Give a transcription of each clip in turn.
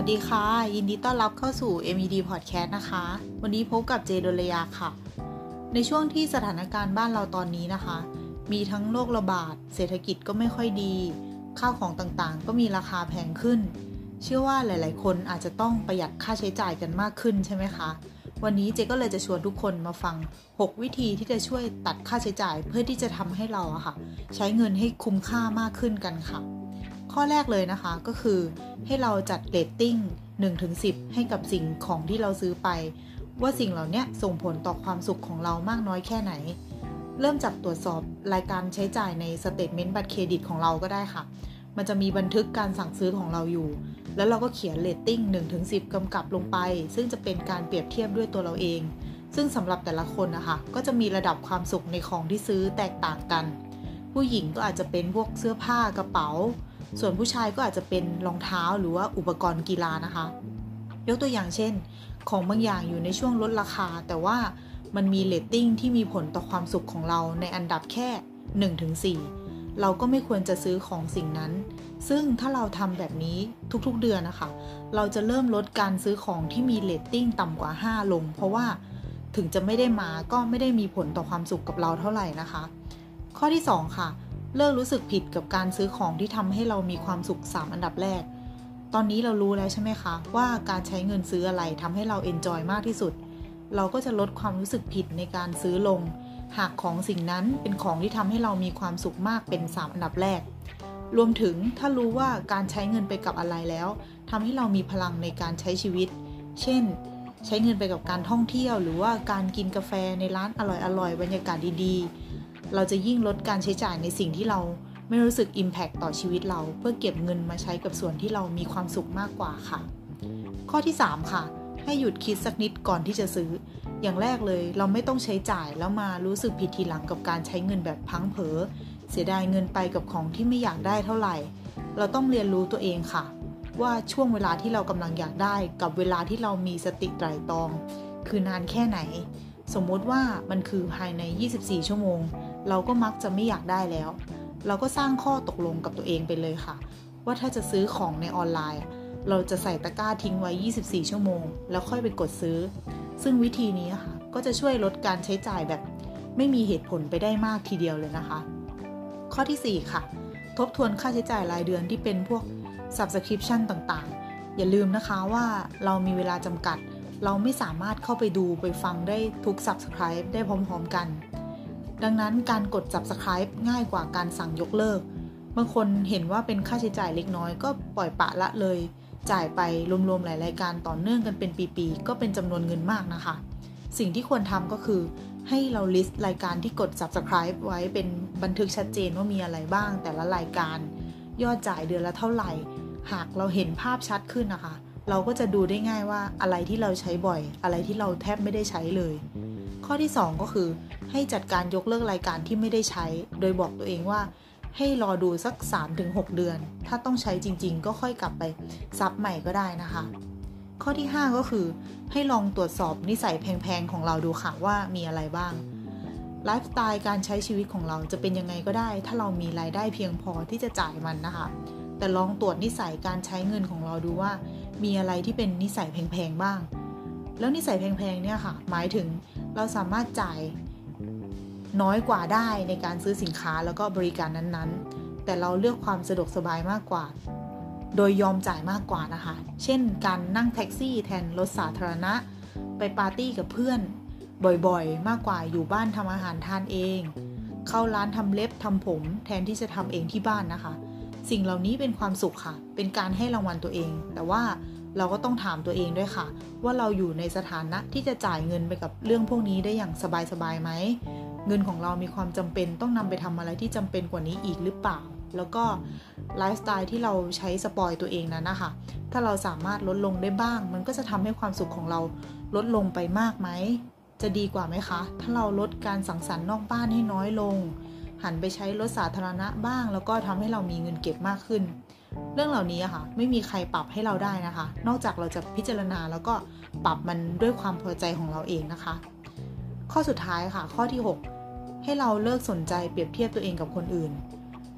ดีค่ะยินดีต้อนรับเข้าสู่ MED Podcast นะคะวันนี้พบกับเจโดลยาค่ะในช่วงที่สถานการณ์บ้านเราตอนนี้นะคะมีทั้งโรคระบาดเศรษฐกิจก็ไม่ค่อยดีข้าวของต่างๆก็มีราคาแพงขึ้นเชื่อว่าหลายๆคนอาจจะต้องประหยัดค่าใช้จ่ายกันมากขึ้นใช่ไหมคะวันนี้เจก็เลยจะชวนทุกคนมาฟัง6วิธีที่จะช่วยตัดค่าใช้จ่ายเพื่อที่จะทำให้เราใช้เงินให้คุ้มค่ามากขึ้นกันค่ะข้อแรกเลยนะคะก็คือให้เราจัดเรตติ้ง 1-10 ให้กับสิ่งของที่เราซื้อไปว่าสิ่งเหล่านี้ส่งผลต่อความสุขของเรามากน้อยแค่ไหนเริ่มจากตรวจสอบรายการใช้จ่ายในสเตทเมนต์บัตรเครดิตของเราก็ได้ค่ะมันจะมีบันทึกการสั่งซื้อของเราอยู่แล้วเราก็เขียนเรตติ้ง 1-10 กำกับลงไปซึ่งจะเป็นการเปรียบเทียบด้วยตัวเราเองซึ่งสำหรับแต่ละคนก็จะมีระดับความสุขในของที่ซื้อแตกต่างกันผู้หญิงก็อาจจะเป็นพวกเสื้อผ้ากระเป๋าส่วนผู้ชายก็อาจจะเป็นรองเท้าหรือว่าอุปกรณ์กีฬานะคะยกตัวอย่างเช่นของบางอย่างอยู่ในช่วงลดราคาแต่ว่ามันมีเรตติ้งที่มีผลต่อความสุขของเราในอันดับแค่ 1-4 เราก็ไม่ควรจะซื้อของสิ่งนั้นซึ่งถ้าเราทำแบบนี้ทุกๆเดือนเราจะเริ่มลดการซื้อของที่มีเรตติ้งต่ำกว่า5ลงเพราะว่าถึงจะไม่ได้มาก็ไม่ได้มีผลต่อความสุขกับเราเท่าไหร่นะคะข้อที่2ค่ะเลิกรู้สึกผิดกับการซื้อของที่ทำให้เรามีความสุข3อันดับแรกตอนนี้เรารู้แล้วใช่ไหมคะว่าการใช้เงินซื้ออะไรทำให้เราเอนจอยมากที่สุดเราก็จะลดความรู้สึกผิดในการซื้อลงหากของสิ่งนั้นเป็นของที่ทำให้เรามีความสุขมากเป็น3อันดับแรกรวมถึงถ้ารู้ว่าการใช้เงินไปกับอะไรแล้วทำให้เรามีพลังในการใช้ชีวิตเช่นใช้เงินไปกับการท่องเที่ยวหรือว่าการกินกาแฟในร้านอร่อยๆบรรยากาศดีๆเราจะยิ่งลดการใช้จ่ายในสิ่งที่เราไม่รู้สึก impact ต่อชีวิตเราเพื่อเก็บเงินมาใช้กับส่วนที่เรามีความสุขมากกว่าค่ะข้อที่3ค่ะให้หยุดคิดสักนิดก่อนที่จะซื้ออย่างแรกเลยเราไม่ต้องใช้จ่ายแล้วมารู้สึกผิดทีหลังกับการใช้เงินแบบพลั้งเผลอเสียดายเงินไปกับของที่ไม่อยากได้เท่าไหร่เราต้องเรียนรู้ตัวเองค่ะว่าช่วงเวลาที่เรากำลังอยากได้กับเวลาที่เรามีสติไตร่ตรองคือนานแค่ไหนสมมติว่ามันคือภายใน24ชั่วโมงเราก็มักจะไม่อยากได้แล้วเราก็สร้างข้อตกลงกับตัวเองไปเลยค่ะว่าถ้าจะซื้อของในออนไลน์เราจะใส่ตะกร้าทิ้งไว้24ชั่วโมงแล้วค่อยไปกดซื้อซึ่งวิธีนี้ก็จะช่วยลดการใช้จ่ายแบบไม่มีเหตุผลไปได้มากทีเดียวเลยนะคะข้อที่4ค่ะทบทวนค่าใช้จ่ายรายเดือนที่เป็นพวก Subscription ต่างๆอย่าลืมนะคะว่าเรามีเวลาจำกัดเราไม่สามารถเข้าไปดูไปฟังได้ทุก Subscribe ได้พร้อมๆกันดังนั้นการกด Subscribe ง่ายกว่าการสั่งยกเลิกบางคนเห็นว่าเป็นค่าใช้จ่ายเล็กน้อยก็ปล่อยปละละเลยจ่ายไปรวมๆหลายรายการต่อเนื่องกันเป็นปีๆก็เป็นจำนวนเงินมากนะคะสิ่งที่ควรทำก็คือให้เรา list รายการที่กด Subscribe ไว้เป็นบันทึกชัดเจนว่ามีอะไรบ้างแต่ละรายการยอดจ่ายเดือนละเท่าไหร่หากเราเห็นภาพชัดขึ้นเราก็จะดูได้ง่ายว่าอะไรที่เราใช้บ่อยอะไรที่เราแทบไม่ได้ใช้เลยข้อที่2ก็คือให้จัดการยกเลิกรายการที่ไม่ได้ใช้โดยบอกตัวเองว่าให้รอดูสัก 3-6 เดือนถ้าต้องใช้จริงๆก็ค่อยกลับไปซับใหม่ก็ได้นะคะข้อที่5ก็คือให้ลองตรวจสอบนิสัยแพงๆของเราดูค่ะว่ามีอะไรบ้างไลฟ์สไตล์การใช้ชีวิตของเราจะเป็นยังไงก็ได้ถ้าเรามีรายได้เพียงพอที่จะจ่ายมันนะคะแต่ลองตรวจนิสัยการใช้เงินของเราดูว่ามีอะไรที่เป็นนิสัยแพงๆบ้างแล้วนิสัยแพงๆเนี่ยค่ะหมายถึงเราสามารถจ่ายน้อยกว่าได้ในการซื้อสินค้าแล้วก็บริการนั้นๆแต่เราเลือกความสะดวกสบายมากกว่าโดยยอมจ่ายมากกว่านะคะเช่นการนั่งแท็กซี่แทนรถสาธารณะไปปาร์ตี้กับเพื่อนบ่อยๆมากกว่าอยู่บ้านทำอาหารทานเองเข้าร้านทำเล็บทำผมแทนที่จะทำเองที่บ้านนะคะสิ่งเหล่านี้เป็นความสุขค่ะเป็นการให้รางวัลตัวเองแต่ว่าเราก็ต้องถามตัวเองด้วยค่ะว่าเราอยู่ในสถานะที่จะจ่ายเงินไปกับเรื่องพวกนี้ได้อย่างสบายๆไหมเงินของเรามีความจำเป็นต้องนำไปทำอะไรที่จำเป็นกว่านี้อีกหรือเปล่าแล้วก็ไลฟ์สไตล์ที่เราใช้สปอยตัวเองนั้นนะคะถ้าเราสามารถลดลงได้บ้างมันก็จะทำให้ความสุขของเราลดลงไปมากไหมจะดีกว่าไหมคะถ้าเราลดการสังสรรค์นอกบ้านให้น้อยลงหันไปใช้รถสาธารณะบ้างแล้วก็ทำให้เรามีเงินเก็บมากขึ้นเรื่องเหล่านี้ไม่มีใครปรับให้เราได้นะคะนอกจากเราจะพิจารณาแล้วก็ปรับมันด้วยความพอใจของเราเองนะคะข้อสุดท้ายค่ะข้อที่6ให้เราเลิกสนใจเปรียบเทียบตัวเองกับคนอื่น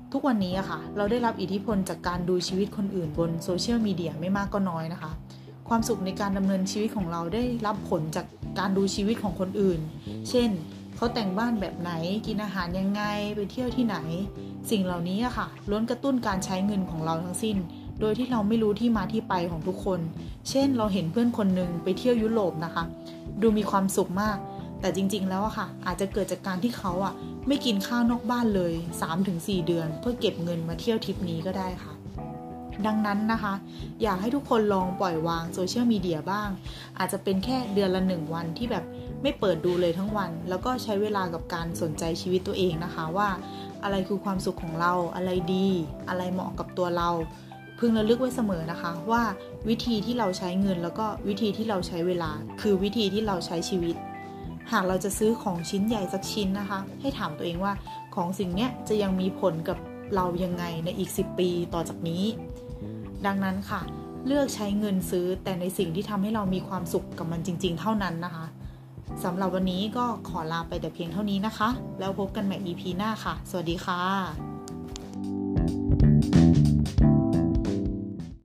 ทุกวันนี้อะค่ะเราได้รับอิทธิพลจากการดูชีวิตคนอื่นบนโซเชียลมีเดียไม่มากก็น้อยนะคะความสุขในการดำเนินชีวิตของเราได้รับผลจากการดูชีวิตของคนอื่นเช่นเขาแต่งบ้านแบบไหนกินอาหารยังไงไปเที่ยวที่ไหนสิ่งเหล่านี้อะค่ะล้วนกระตุ้นการใช้เงินของเราทั้งสิ้นโดยที่เราไม่รู้ที่มาที่ไปของทุกคนเช่นเราเห็นเพื่อนคนนึงไปเที่ยวยุโรปนะคะดูมีความสุขมากแต่จริงๆแล้วอะค่ะอาจจะเกิดจากการที่เขาอะไม่กินข้าวนอกบ้านเลย 3-4 เดือนเพื่อเก็บเงินมาเที่ยวทริปนี้ก็ได้ค่ะดังนั้นนะคะอยากให้ทุกคนลองปล่อยวางโซเชียลมีเดียบ้างอาจจะเป็นแค่เดือนละ1 วันที่แบบไม่เปิดดูเลยทั้งวันแล้วก็ใช้เวลากับการสนใจชีวิตตัวเองนะคะว่าอะไรคือความสุขของเราอะไรดีอะไรเหมาะกับตัวเราพึงระลึกไว้เสมอนะคะว่าวิธีที่เราใช้เงินแล้วก็วิธีที่เราใช้เวลาคือวิธีที่เราใช้ชีวิตหากเราจะซื้อของชิ้นใหญ่สักชิ้นนะคะให้ถามตัวเองว่าของสิ่งนี้จะยังมีผลกับเรายังไงในอีก10 ปีต่อจากนี้ดังนั้นค่ะเลือกใช้เงินซื้อแต่ในสิ่งที่ทำให้เรามีความสุขกับมันจริงๆเท่านั้นนะคะสำหรับวันนี้ก็ขอลาไปแต่เพียงเท่านี้นะคะแล้วพบกันใหม่ EP หน้าค่ะสวัสดีค่ะ